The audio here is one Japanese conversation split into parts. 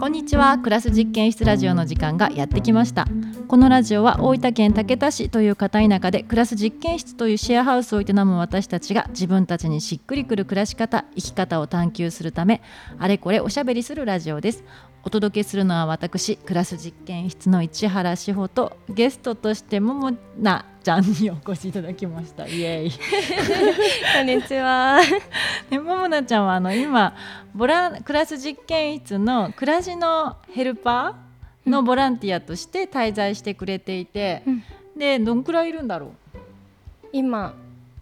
こんにちは。クラス実験室ラジオの時間がやってきました。このラジオは大分県竹田市という片田舎でクラス実験室というシェアハウスを営む私たちが自分たちにしっくりくる暮らし方、生き方を探求するためあれこれおしゃべりするラジオです。お届けするのは私、クラス実験室の市原志保とゲストとしてももなちゃんにお越しいただきました。イエーイこんにちは。 ももなちゃんは今クラス実験室の暮らしのヘルパーのボランティアとして滞在してくれていて、でどんくらいいるんだろう。 今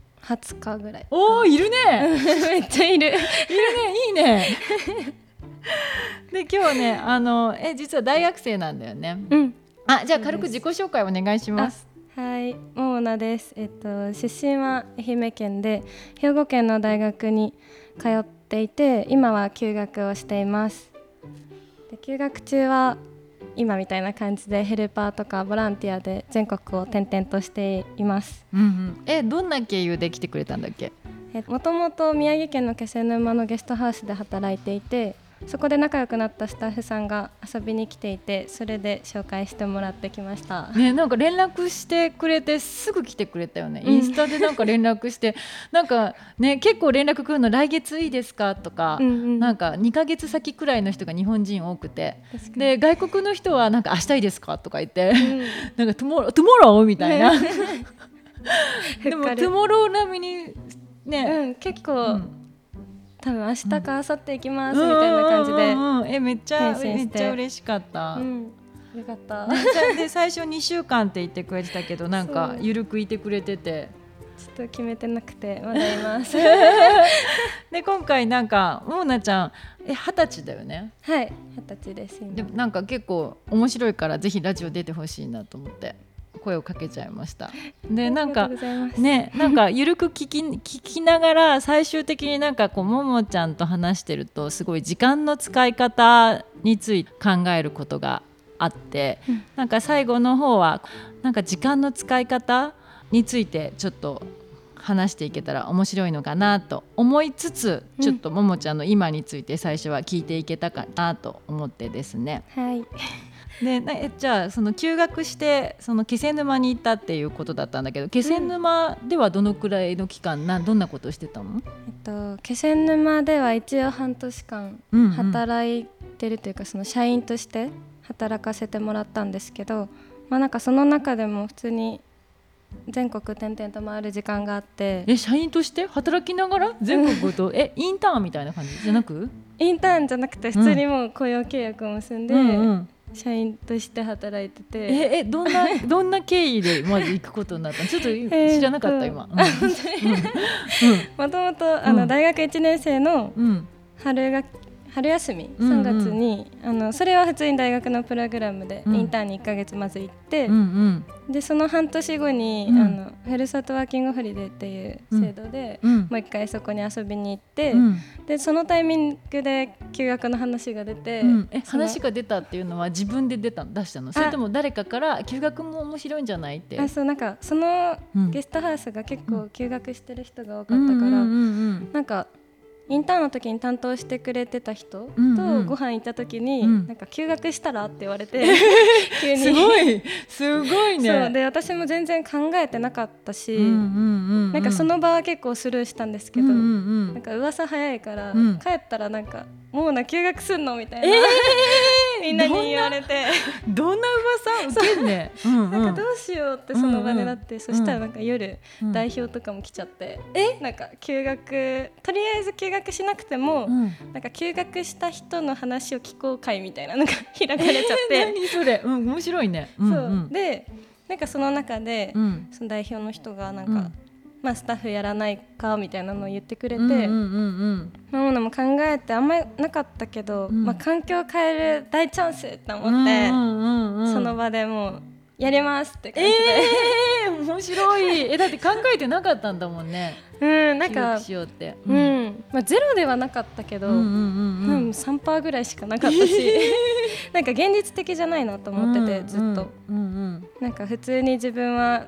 20日ぐらい。 おー、いるねめっちゃいる。いるね、 いいねで今日はね実は大学生なんだよね。じゃあ軽く自己紹介お願いします。 はい、ももなです。出身は愛媛県で兵庫県の大学に通っていて、今は休学をしています。で休学中は今みたいな感じでヘルパーとかボランティアで全国を転々としています。 どんな経由で来てくれたんだっけ。 もともと宮城県の気仙沼のゲストハウスで働いていて、そこで仲良くなったスタッフさんが遊びに来ていて、それで紹介してもらってきました。 なんか連絡してくれてすぐ来てくれたよね。インスタでなんか連絡してなんかね、結構連絡来るの来月いいですかとか、なんか2ヶ月先くらいの人が日本人多くて、で外国の人はなんか明日いいですかとか言って、なんかトゥモローみたいなでもトゥモロー並みにね、 結構、多分明日か明後日行きますみたいな感じで、 めっちゃ嬉しかった、 よかったで最初2週間って言ってくれてたけど、なんかゆるくいてくれててちょっと決めてなくてまだいますで今回なんかもなちゃん20歳だよね。 はい、20歳です。 でなんか結構面白いからぜひラジオ出てほしいなと思って声をかけちゃいました。でなんかね、なんかゆるく聞きながら最終的になんかこうももちゃんと話してるとすごい時間の使い方について考えることがあって、なんか最後の方はなんか時間の使い方についてちょっと話していけたら面白いのかなと思いつつ、ちょっとももちゃんの今について最初は聞いていけたかなと思ってですね。 はいでじゃあその休学してその気仙沼に行ったっていうことだったんだけど、気仙沼ではどのくらいの期間どんなことをしてたの？ 気仙沼では一応半年間働いてるというか、その社員として働かせてもらったんですけど、なんかその中でも普通に全国転々と回る時間があって。 社員として働きながら全国とインターンみたいな感じじゃなく？ インターンじゃなくて普通にもう雇用契約を結んで、社員として働いてて、 どんな経緯でまず行くことになったの？ちょっと知らなかった今。 もともと大学1年生の春休み3月に、それは普通に大学のプログラムでインターンに1ヶ月まず行って、でその半年後に、ふるさとワーキングホリデーっていう制度で、もう一回そこに遊びに行って、でそのタイミングで休学の話が出て、 話が出たっていうのは自分で出したの？それとも誰かから休学も面白いんじゃないって？ なんかそのゲストハウスが結構休学してる人が多かったから、なんかインターンの時に担当してくれてた人とご飯行った時に、なんか休学したらって言われて、急にすごいね。 そうで私も全然考えてなかったし、なんかその場は結構スルーしたんですけど、なんか噂早いから、帰ったらなんかもう休学すんのみたいな、みんなに言われて、 どんな噂？ウケんね。 なんかどうしようってその場でなって、そしたらなんか夜、代表とかも来ちゃって、なんか休学とりあえず休学しなくても、なんか休学した人の話を聞こう会みたいなのが開かれちゃって、 何それ、面白いね。 そうでなんかその中で、その代表の人がなんか、スタッフやらないかみたいなのを言ってくれて、ものも考えてあんまりなかったけど、環境を変える大チャンスって思って、その場でもうやりますって感じで、 面白い。だって考えてなかったんだもんね。 なんかしようって、 ゼロではなかったけど、3% ぐらいしかなかったしなんか現実的じゃないなと思ってて、ずっと、なんか普通に自分は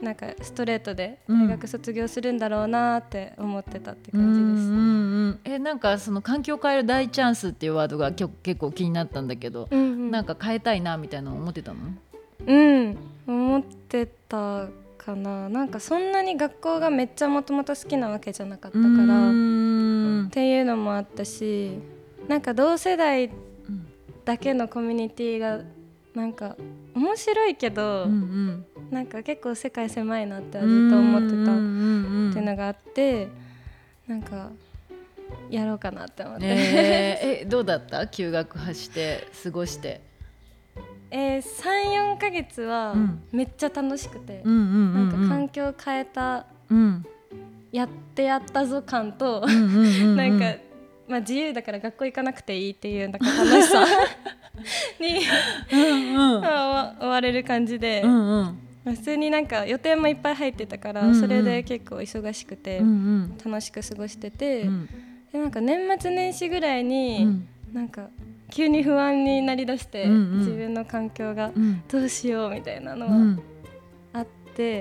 なんかストレートで大学卒業するんだろうなって思ってたって感じです。 なんかその環境を変える大チャンスっていうワードが結構気になったんだけど、なんか変えたいなみたいなの思ってたの？ 思ってたかな。なんかそんなに学校がめっちゃもともと好きなわけじゃなかったからっていうのもあったし、なんか同世代だけのコミュニティがなんか面白いけど、なんか結構世界狭いなってずっと思ってたっていうのがあって、なんかやろうかなって思って、 どうだった？休学して過ごして。 3、4ヶ月はめっちゃ楽しくて、なんか環境を変えた、やったぞ感と、なんか、自由だから学校行かなくていいっていうなんか楽しさに追われる感じで、普通になんか予定もいっぱい入ってたから、それで結構忙しくて楽しく過ごしてて、でなんか年末年始ぐらいになんか急に不安になりだして、自分の環境がどうしようみたいなのはあって、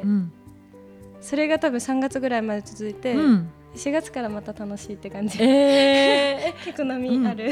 それが多分3月ぐらいまで続いて、4月からまた楽しいって感じ、結構波ある、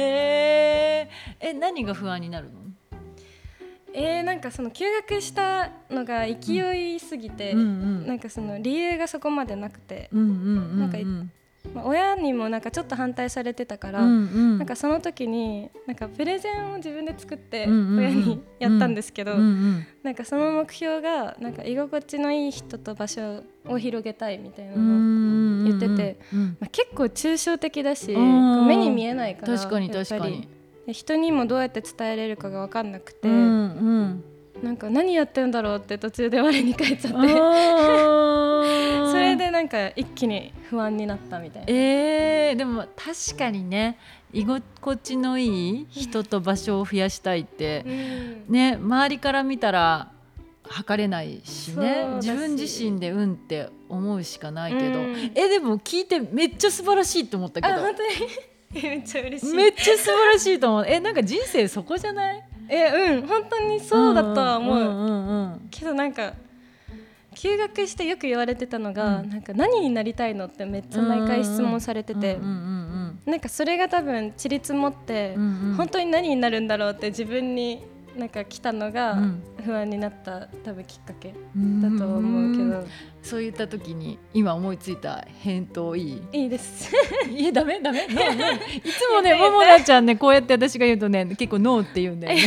何が不安になるの？ なんかその休学したのが勢いすぎて、なんかその理由がそこまでなくて、なんか親にもなんかちょっと反対されてたから、なんかその時になんかプレゼンを自分で作って親にやったんですけど、なんかその目標がなんか居心地のいい人と場所を広げたいみたいなのを言ってて、結構抽象的だし、目に見えないから、 確かに確かに人にもどうやって伝えれるかが分かんなくて、なんか何やってんだろうって途中で我に返っちゃってそれでなんか一気に不安になったみたいな。 でも確かにね、居心地のいい人と場所を増やしたいって、ね、周りから見たら測れないしね、自分自身でって思うしかないけど、でも聞いてめっちゃ素晴らしいと思ったけど。 本当にめっちゃ嬉しい。 めっちゃ素晴らしいと思う。なんか人生そこじゃない？ 本当にそうだとは思う、けどなんか休学してよく言われてたのが、なんか何になりたいのってめっちゃ毎回質問されてて、なんかそれが多分ちり積もって、本当に何になるんだろうって自分になんか来たのが不安になった多分きっかけだと思うけど、 そういった時に今思いついた返答いいですダメいつもね、ももなちゃんね、こうやって私が言うとね、結構ノーって言うんだよね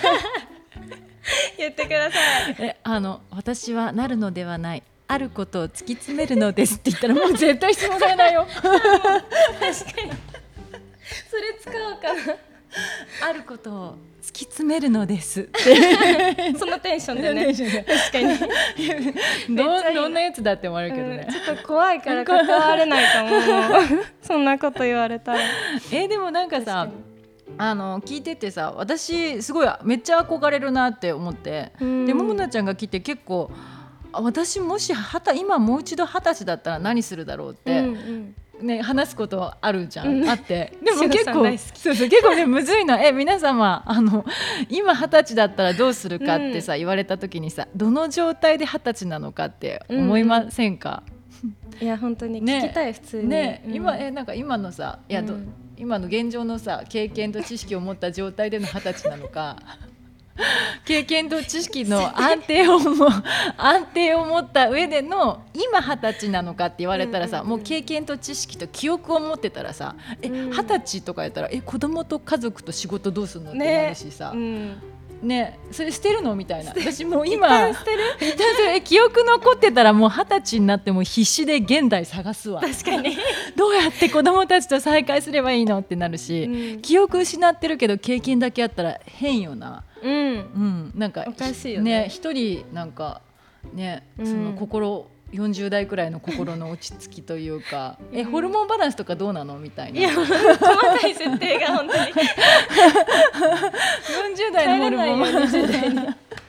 言ってください。 私はなるのではない、あることを突き詰めるのですって言ったらもう絶対質問されないよ確かにそれ使おうかなあることを突き詰めるのですってそのテンションでね確かにどんなやつだって思われるけどね、 ちょっと怖いから関われないかもそんなこと言われたらでもなんかさ、聞いててさ、私すごいめっちゃ憧れるなって思って、でももなちゃんが来て結構私もし今もう一度20歳だったら何するだろうって、話すことあるじゃん、あってでも結構結構ねむずいの。皆様今20歳だったらどうするかってさ、言われた時にさ、どの状態で20歳なのかって思いませんか？ いや本当に聞きたい、普通に今なんか今のさ、今の現状のさ経験と知識を持った状態での20歳なのか経験と知識の安定を持った上での今20歳なのかって言われたらさ、もう経験と知識と記憶を持ってたらさ、20歳とかやったら子供と家族と仕事どうするのってなるしさ、それ捨てるのみたいな。私もう今捨てる記憶残ってたらもう20歳になっても必死で現代探すわ。 確かにどうやって子供たちと再会すればいいのってなるし、記憶失ってるけど経験だけあったら変よな。なんかおかしいよね。 一人なんかね、その心40代くらいの心の落ち着きというかホルモンバランスとかどうなのみたいな。 いや細かい設定が本当に40 代のホルモンバランス20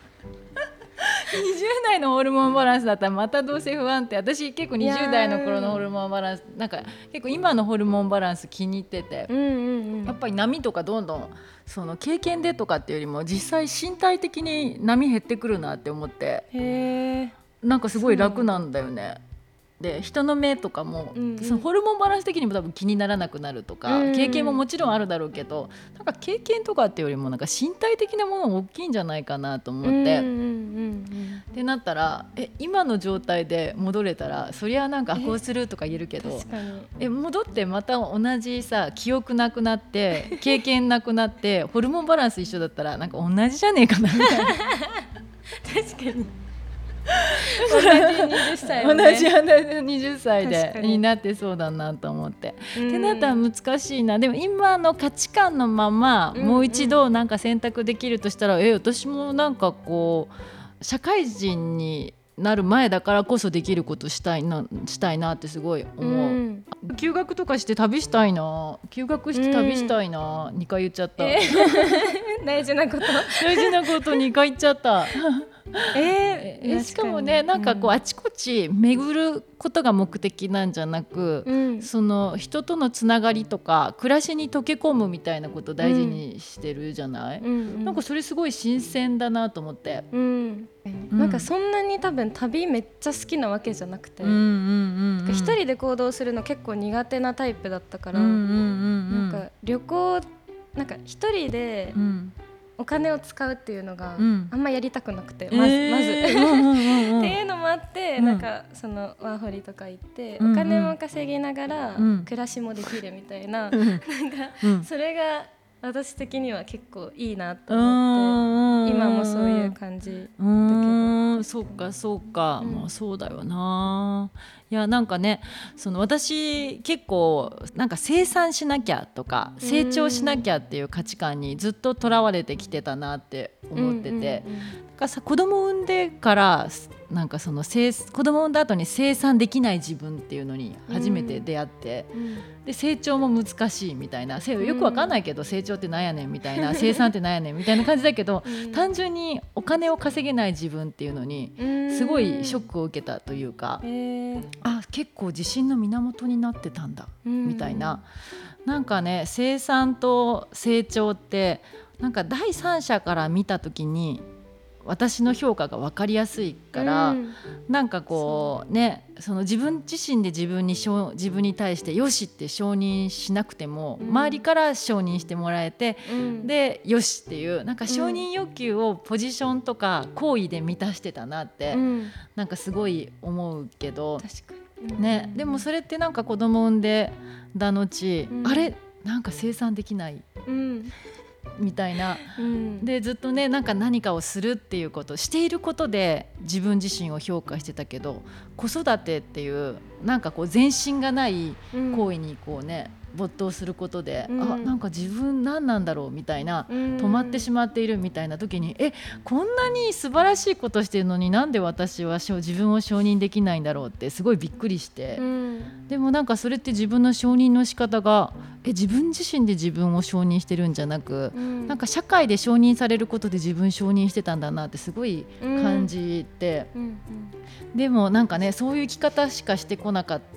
代のホルモンバランスだったらまたどうせ不安って。私結構20代の頃のホルモンバランスなんか結構今のホルモンバランス気に入ってて、やっぱり波とかどんどんその経験でとかっていうよりも実際身体的に波減ってくるなって思って。 なんかすごい楽なんだよね。で人の目とかも、そのホルモンバランス的にも多分気にならなくなるとか、経験ももちろんあるだろうけど、なんか経験とかっていうよりもなんか身体的なものが大きいんじゃないかなと思って、ってなったら今の状態で戻れたらそりゃなんかこうするとか言えるけど、戻ってまた同じさ記憶なくなって経験なくなってホルモンバランス一緒だったらなんか同じじゃねえかなみたいな確かに同じ20歳もね、 同じ20歳でになってそうだなと思って、ってなったら難しいな。でも今の価値観のままもう一度なんか選択できるとしたら、私もなんかこう社会人になる前だからこそできることしたいなってすごい思う、休学とかして旅したいな、休学して旅したいな、2回言っちゃった、 大事なこと 2回言っちゃったしかもねなんかこうあちこち巡ることが目的なんじゃなく、その人とのつながりとか暮らしに溶け込むみたいなことを大事にしてるじゃない、なんかそれすごい新鮮だなと思って、 なんかそんなに多分旅めっちゃ好きなわけじゃなくて、一人で行動するの結構苦手なタイプだったから、なんか旅行なんか一人でお金を使うっていうのがあんまやりたくなくて、まずっていうのもあって、なんかそのワーホリとか行ってお金も稼ぎながら暮らしもできるみたいな、なんかそれが私的には結構いいなと思って、今もそういう感じだけど。 そうか、まあそうだよな。いやなんかね、その私結構なんか生産しなきゃとか成長しなきゃっていう価値観にずっととらわれてきてたなって思ってて、なんかさ子供産んでからなんかその子供産んだ後に生産できない自分っていうのに初めて出会って、で成長も難しいみたいな、よくわかんないけど成長ってなんやねんみたいな、生産ってなんやねんみたいな感じだけど、単純にお金を稼げない自分っていうのにすごいショックを受けたというか、結構自信の源になってたんだみたいな、なんかね生産と成長ってなんか第三者から見た時に私の評価が分かりやすいから、なんかこうね、その自分自身で自分に対してよしって承認しなくても、周りから承認してもらえて、でよしっていうなんか承認欲求をポジションとか行為で満たしてたなって、なんかすごい思うけど、ね、でもそれってなんか子供産んでだ後、あれなんか生産できない、みたいな、でずっとねなんか何かをするっていうことしていることで自分自身を評価してたけど、子育てっていうなんかこう前進がない行為にこうね、没頭することで、なんか自分何なんだろうみたいな、止まってしまっているみたいな時に、こんなに素晴らしいことしてるのになんで私は自分を承認できないんだろうってすごいびっくりして、でもなんかそれって自分の承認の仕方が自分自身で自分を承認してるんじゃなく、なんか社会で承認されることで自分承認してたんだなってすごい感じて、でもなんかねそういう生き方しかしてこなかった、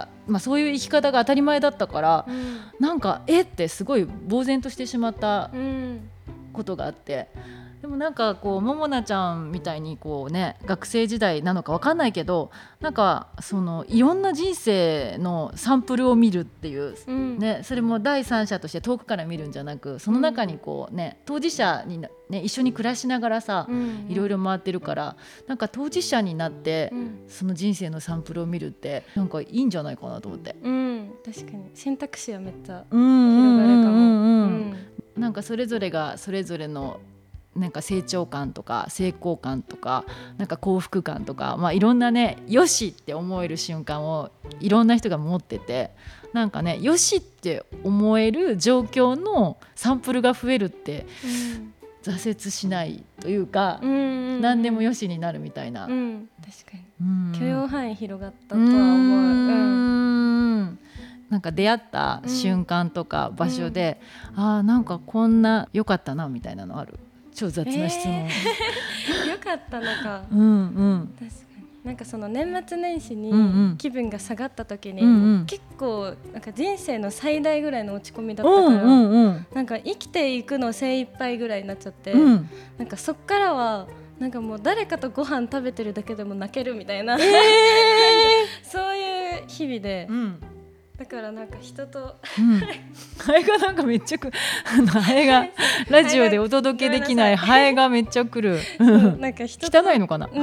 そういう生き方が当たり前だったから、なんかってすごい呆然としてしまったことがあって、でもなんかこうももなちゃんみたいにこうね、学生時代なのか分かんないけど、なんかそのいろんな人生のサンプルを見るっていう、ね、それも第三者として遠くから見るんじゃなく、その中にこうね当事者に、ね、一緒に暮らしながらさ、いろいろ回ってるから、なんか当事者になって、その人生のサンプルを見るってなんかいいんじゃないかなと思って、 確かに選択肢はめっちゃ広がるかも。 なんかそれぞれがそれぞれのなんか成長感とか成功感とかなんか幸福感とか、いろんなねよしって思える瞬間をいろんな人が持ってて、なんかねよしって思える状況のサンプルが増えるって、挫折しないというか、何でもよしになるみたいな、確かに、許容範囲広がったとは思う。 なんか出会った瞬間とか場所で、なんかこんな良かったなみたいなのある？超雑な質問。 よかったのか。確かに。なんかその年末年始に気分が下がった時に、結構なんか人生の最大ぐらいの落ち込みだったから、なんか生きていくの精一杯ぐらいになっちゃって、なんかそっからはなんかもう誰かとご飯食べてるだけでも泣けるみたいな、そういう日々で、だからなんか人と、 ハエがなんかめっちゃハエがラジオでお届けできないハエがめっちゃ来るなんか人と汚いのかな、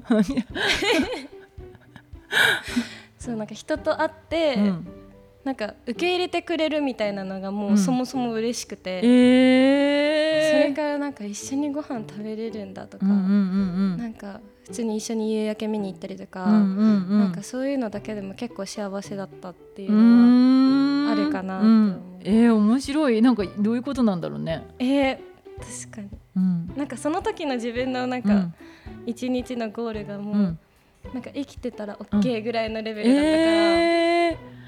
そうなんか人と会って、なんか受け入れてくれるみたいなのがもうそもそも嬉しくて、それからなんか一緒にご飯食べれるんだとか、なんか普通に一緒に夕焼け見に行ったりとか、なんかそういうのだけでも結構幸せだったっていうのはあるかなと思う。 面白い。なんかどういうことなんだろうね。 確かに、なんかその時の自分のなんか一日のゴールがもう、なんか生きてたら OK ぐらいのレベルだったから、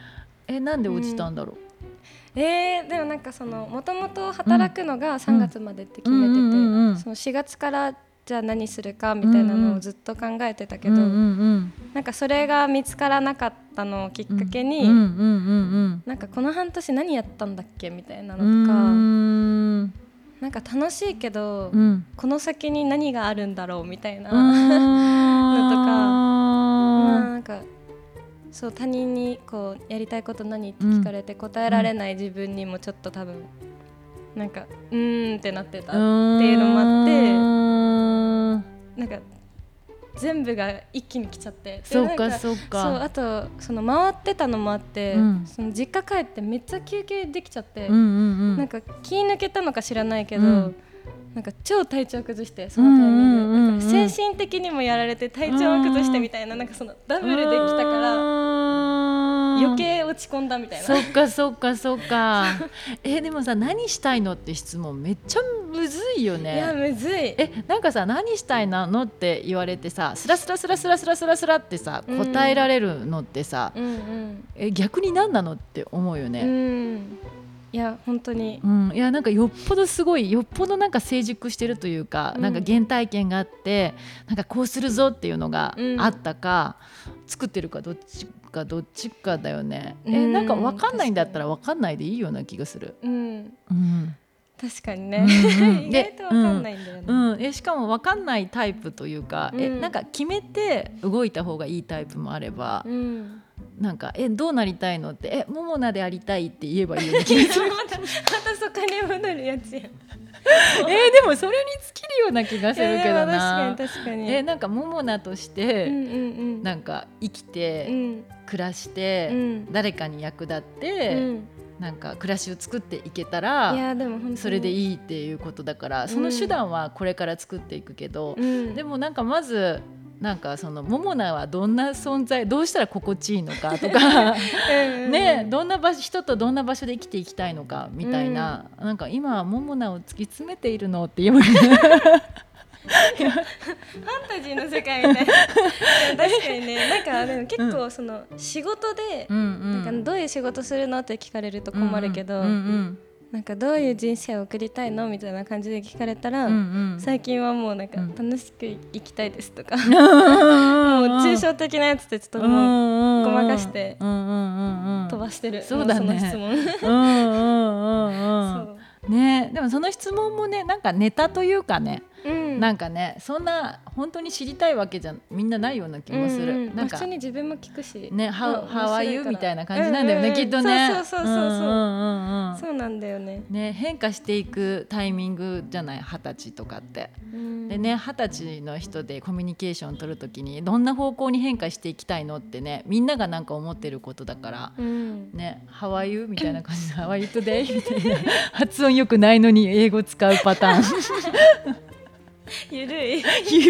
なんで落ちたんだろう。 でもなんかそのもともと働くのが3月までって決めてて、その4月からじゃあ何するかみたいなのをずっと考えてたけど、なんかそれが見つからなかったのをきっかけに、なんかこの半年何やったんだっけみたいなのとか、なんか楽しいけど、この先に何があるんだろうみたいなのとか、なんかそう他人にこうやりたいこと何って聞かれて答えられない自分にもちょっと多分なんかってなってたっていうのもあって、なんか全部が一気に来ちゃって、 そうかそうか。 そう、あとその回ってたのもあって、その実家帰ってめっちゃ休憩できちゃって、なんか気抜けたのか知らないけど、なんか超体調崩して、そのタイミング、精神的にもやられて体調も崩してみたいな、なんかそのダブルできたから余計落ち込んだみたいな。 そっかそっかそっかでもさ、何したいのって質問めっちゃむずいよね。 いやむずい。 なんかさ、何したいのって言われてさ、スラスラスラスラスラスラスラってさ答えられるのってさ、逆に何なのって思うよね。 いや本当に、 いやなんかよっぽどすごい、よっぽどなんか成熟してるというか、なんか原体験があって、なんかこうするぞっていうのがあったか、作ってるかどっちかだよね。なんか分かんないんだったら分かんないでいいような気がする。 確かにね、意外と分かんないんだよね。 しかも分かんないタイプというか、なんか決めて動いた方がいいタイプもあれば、なんかどうなりたいのってモモナでありたいって言えばいいような気がする。 またそこに戻るやつや。でもそれに尽きるような気がするけどな。 確かに。 なんかモモナとしてなんか生きて、暮らして、誰かに役立って、なんか暮らしを作っていけたら、それでいいっていうことだから、その手段はこれから作っていくけど、でもなんかまずなんかそのモモナはどんな存在、どうしたら心地いいのかとかね、どんな人とどんな場所で生きていきたいのかみたいな、なんか今はモモナを突き詰めているのっていうファンタジーの世界みたいな。確かにね、なんかでも結構その仕事で、なんかどういう仕事するのって聞かれると困るけど、なんかどういう人生を送りたいのみたいな感じで聞かれたら、最近はもうなんか楽しく生きたいですとか、もう抽象的なやつでちょっともうごまかして飛ばしてる。 そうだね、 その質問ね。でもその質問もね、なんかネタというかね、なんかね、そんな本当に知りたいわけじゃみんなないような気もする。 なんか普通に自分も聞くしね、How are you みたいな感じなんだよね、きっとね。 そうなんだよね。 変化していくタイミングじゃない、20歳とかって。でね、20歳の人でコミュニケーション取るときにどんな方向に変化していきたいのってね、みんながなんか思ってることだからね、How are you みたいな感じでHow are you today みたいな発音良くないのに英語使うパターンゆるい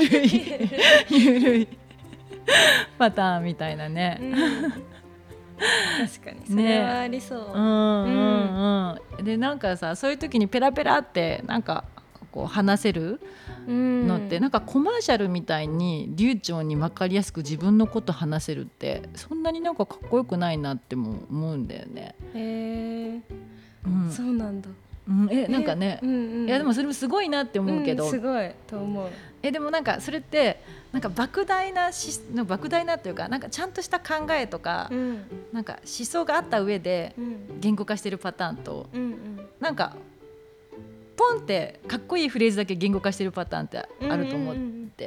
パターンみたいなね。 確かにそれはありそう。 でなんかさ、そういう時にペラペラってなんかこう話せるのって、なんかコマーシャルみたいに流暢に分かりやすく自分のこと話せるってそんなになんかかっこよくないなっても思うんだよね。 そうなんだ。 なんかね、いやでもそれもすごいなって思うけど、 すごいと思う。 でもなんかそれってなんか莫大なというか、なんかちゃんとした考えとか、なんか思想があった上で言語化してるパターンと、なんかポンってかっこいいフレーズだけ言語化してるパターンってあると思って 、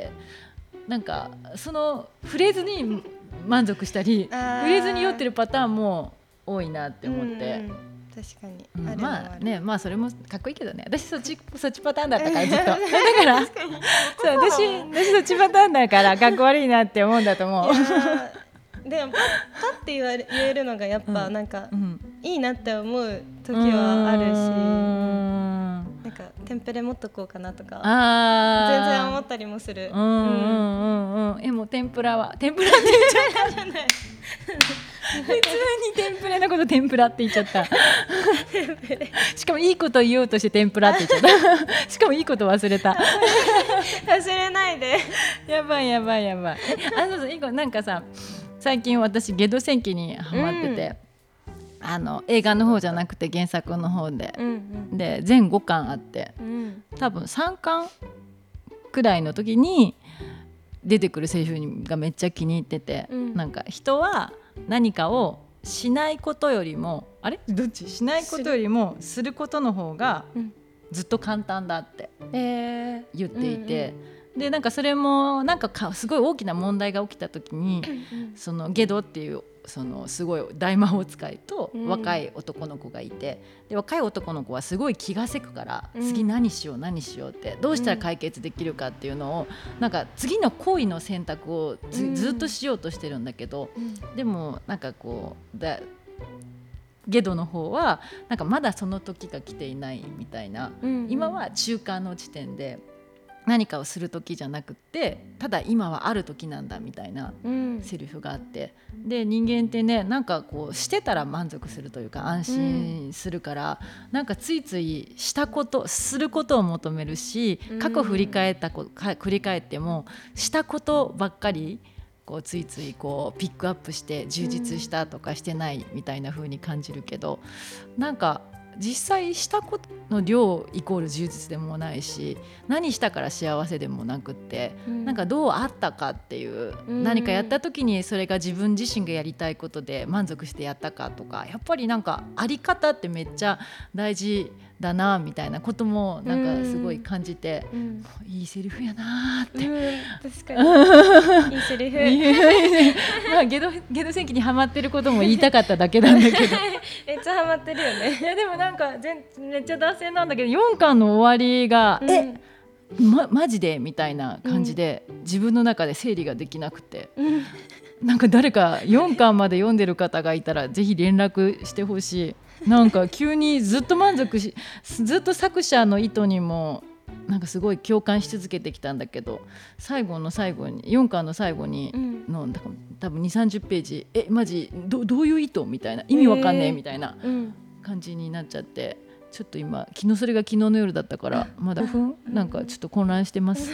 なんかそのフレーズに満足したりフレーズに酔ってるパターンも多いなって思って、 確かに、 まあね、まあそれもかっこいいけどね、私そっちパターンだったからずっとだからそう私そっちパターンだからかっこ悪いなって思うんだと思う。 でもパッて言えるのがやっぱなんか、いいなって思う時はあるし、なんかテンプレ持っとこうかなとか全然思ったりもする。 もう天ぷらって言っちゃったじゃない普通に天ぷらのこと天ぷらって言っちゃったしかもいいこと言おうとして天ぷらって言っちゃったしかもいいこと忘れた忘れないでやばいそう一個なんかさ、最近私ゲド戦記にハマってて、映画の方じゃなくて原作の方で、で全5巻あって、多分3巻くらいの時に出てくるセリフがめっちゃ気に入ってて、なんか人は何かをしないことよりもしないことよりもすることの方がずっと簡単だって言っていて、でなんかそれもなんかすごい大きな問題が起きた時にそのゲドっていうそのすごい大魔法使いと若い男の子がいて、で若い男の子はすごい気がせくから、次何しようってどうしたら解決できるかっていうのをなんか次の行為の選択をずっとしようとしてるんだけど、でもなんかこうゲドの方はなんかまだその時が来ていないみたいな、今は中間の地点で何かをする時じゃなくってただ今はある時なんだみたいなセリフがあって、で人間ってねなんかこうしてたら満足するというか安心するから、なんかついついすることを求めるし、過去振り返ってもしたことばっかりこうついついこうピックアップして充実したとかしてないみたいな風に感じるけど、なんか実際したことの量イコール充実でもないし、何したから幸せでもなくって、なんかどうあったかっていう、何かやった時にそれが自分自身がやりたいことで満足してやったかとか、やっぱりなんかあり方ってめっちゃ大事だなみたいなこともなんかすごい感じて、いいセリフやなって、 確かにいいセリフまあゲド戦記にハマってることも言いたかっただけなんだけどめっちゃハマってるよね。 いやでもなんかめっちゃ脱線なんだけど、4巻の終わりが、マジでみたいな感じで、自分の中で整理ができなくて、なんか誰か4巻まで読んでる方がいたらぜひ連絡してほしい。なんか急にずっと満足しずっと作者の意図にもなんかすごい共感し続けてきたんだけど、最後に4巻の最後にの多分 2,30 ページマジ どういう意図みたいな、意味わかんねえみたいな感じになっちゃって、ちょっと今それが昨日の夜だったからまだ5分なんかちょっと混乱してます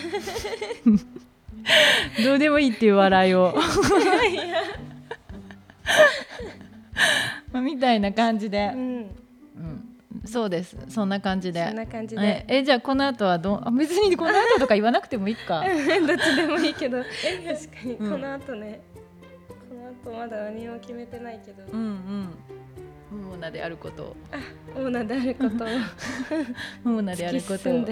どうでもいいっていう笑いをみたいな感じで、そうです、そんな感じで。じゃあこの後は別にこの後とか言わなくてもいいかどっちでもいいけど確かにこの後ね、この後まだ何も決めてないけど、 モーナであることをモーナであることをモーナであることを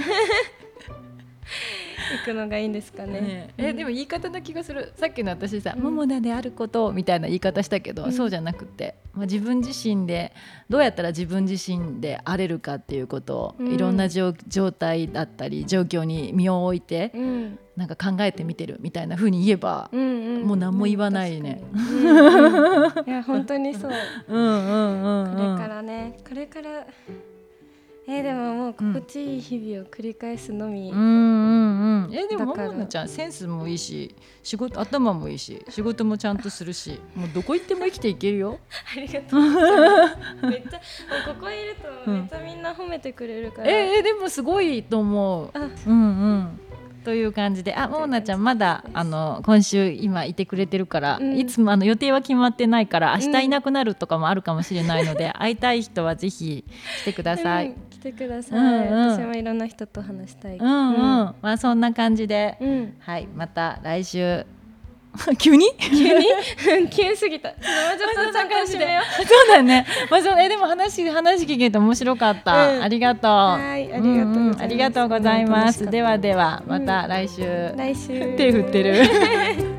行くのがいいんですかね。 でも言い方な気がする。さっきの私さ、モモナであることみたいな言い方したけど、そうじゃなくて、自分自身でどうやったら自分自身であれるかっていうことを、いろんな状態だったり状況に身を置いて、なんか考えてみてるみたいな風に言えば、もう何も言わないね。 いや本当にそう。これからでももう心地いい日々を繰り返すのみ。 でもももなちゃんセンスもいいし、頭もいいし、仕事もちゃんとするし、もうどこ行っても生きていけるよ。 ありがとうございます。めっちゃここいるとめっちゃみんな褒めてくれるから。 でもすごいと思う。という感じで、ももなちゃんまだ今週今いてくれてるから、いつも予定は決まってないから明日いなくなるとかもあるかもしれないので、会いたい人はぜひ来てください。 来てください。私もいろんな人と話したい。 そんな感じで、はい、また来週急に急すぎた。もうちょっとちゃんと締めよう。 そうだね。まあでも話聞けて面白かった。ありがとう。 はい、 ありがとうございます。ではまた来週。手振ってる。